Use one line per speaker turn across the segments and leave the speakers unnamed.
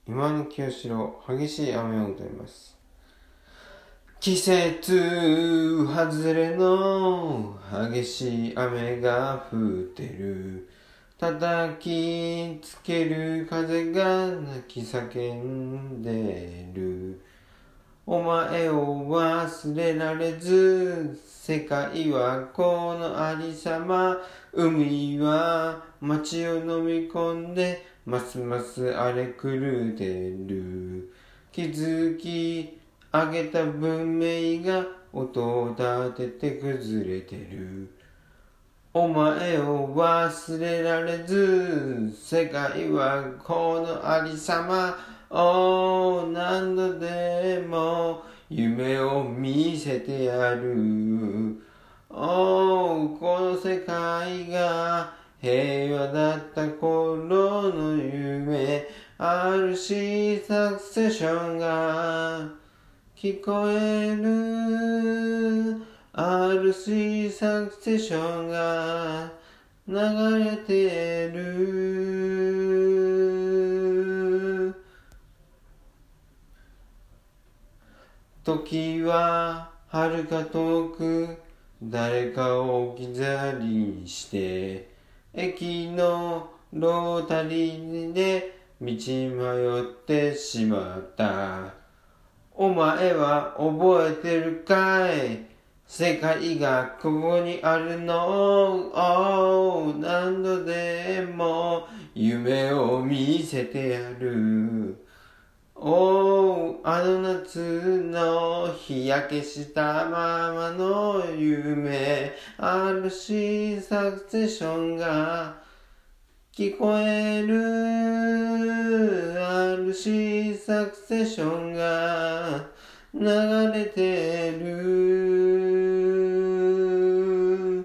今の清志郎、激しい雨を歌います。季節外れの激しい雨が降ってる。叩きつける風が泣き叫んでる。お前を忘れられず、世界はこのありさま。海は街を飲み込んで、ますます荒れ狂ってる。築き上げた文明が音を立てて崩れてる。お前を忘れられず、世界はこのありさま。何度でも夢を見せてやる。この世界が平和だった頃の夢。RC サクセションが聞こえる。RC サクセションが流れてる。時は遥か遠く、誰かを置き去りにして、駅のロータリーで道迷ってしまった。お前は覚えてるかい？世界がここにあるの。何度でも夢を見せてやる。あの夏の日焼けしたままの夢。RC サクセションが聞こえる。RC サクセションが流れてる。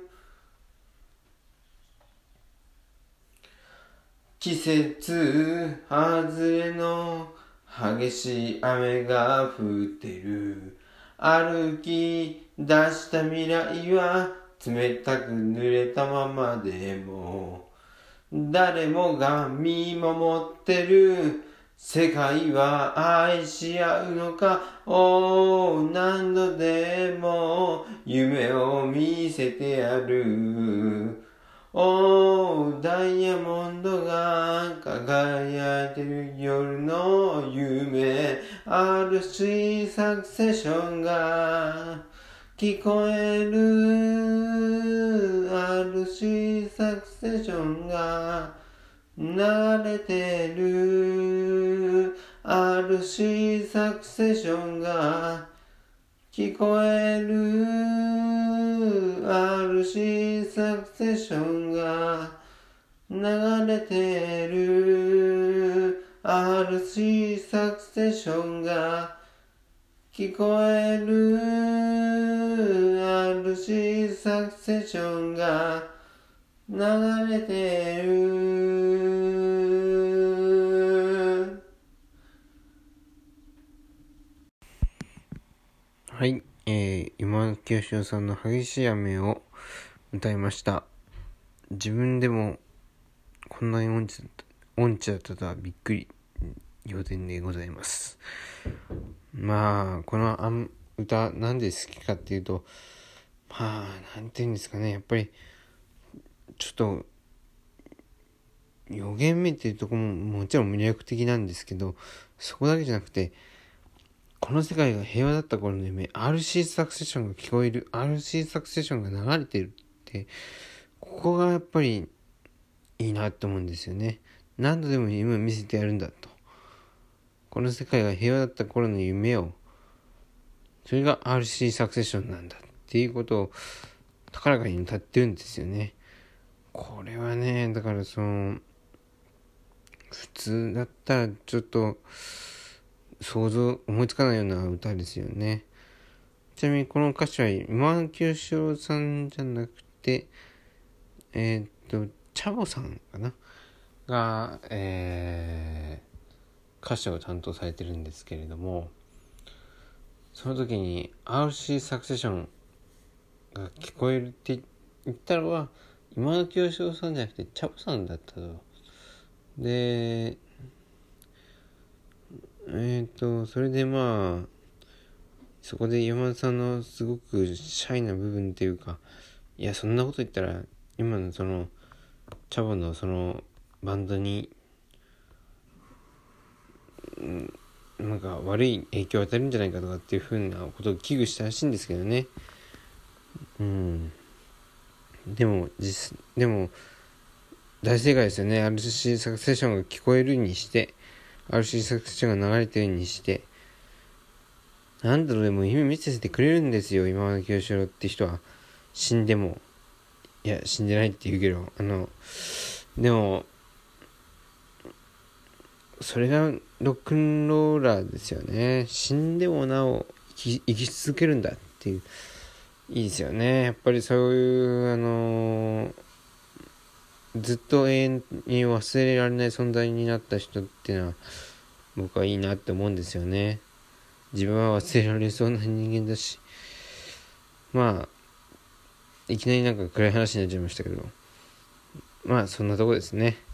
季節外れの激しい雨が降ってる。歩き出した未来は冷たく濡れたままでも、誰もが見守ってる。世界は愛し合うのか。何度でも夢を見せてやる。ダイヤモンドが輝いてる夜の夢。RC サクセションが聞こえる。RC サクセションが流れてる。RC サクセションが聞こえる。RC サクセションが流れてる。RC サクセションが聞こえる。RC サクセションが流れてる。
はい、今の清志郎さんの激しい雨を歌いました。自分でもこんなに音痴だったとはびっくり仰天でございます。まあこの歌なんで好きかっていうと、なんていうんですかね、やっぱりちょっと予言めっていうところももちろん魅力的なんですけど、そこだけじゃなくて、この世界が平和だった頃の夢、RC サクセションが聞こえる、RC サクセションが流れてるって、ここがやっぱりいいなって思うんですよね。何度でも夢を見せてやるんだと。この世界が平和だった頃の夢を、それが RC サクセションなんだっていうことを高らかに歌ってるんですよね。これはね、だから普通だったらちょっと思いつかないような歌ですよね。ちなみにこの歌詞は今の清志郎さんじゃなくて、チャボさんかなが、歌詞を担当されてるんですけれども、その時に RC サクセションが聞こえるって言ったのは今の清志郎さんじゃなくてチャボさんだったと。で、 それでまあそこで山田さんのすごくシャイな部分っていうか、いやそんなこと言ったら今のそのチャボのそのバンドになんか悪い影響を与えるんじゃないかとかっていう風なことを危惧したらしいんですけどね。でも大正解ですよね。RC サクセションが聞こえるにして、RC サクセションが流れてるにして、なんだろう、でも夢見せてくれるんですよ。今まで清志郎って人は死んでも、いや死んでないって言うけど、でもそれがロックンローラーですよね。死んでもなお生き続けるんだっていう、いいですよね。やっぱりそういうずっと永遠に忘れられない存在になった人っていうのは僕はいいなって思うんですよね。自分は忘れられそうな人間だし、まあいきなりなんか暗い話になっちゃいましたけど、まあそんなとこですね。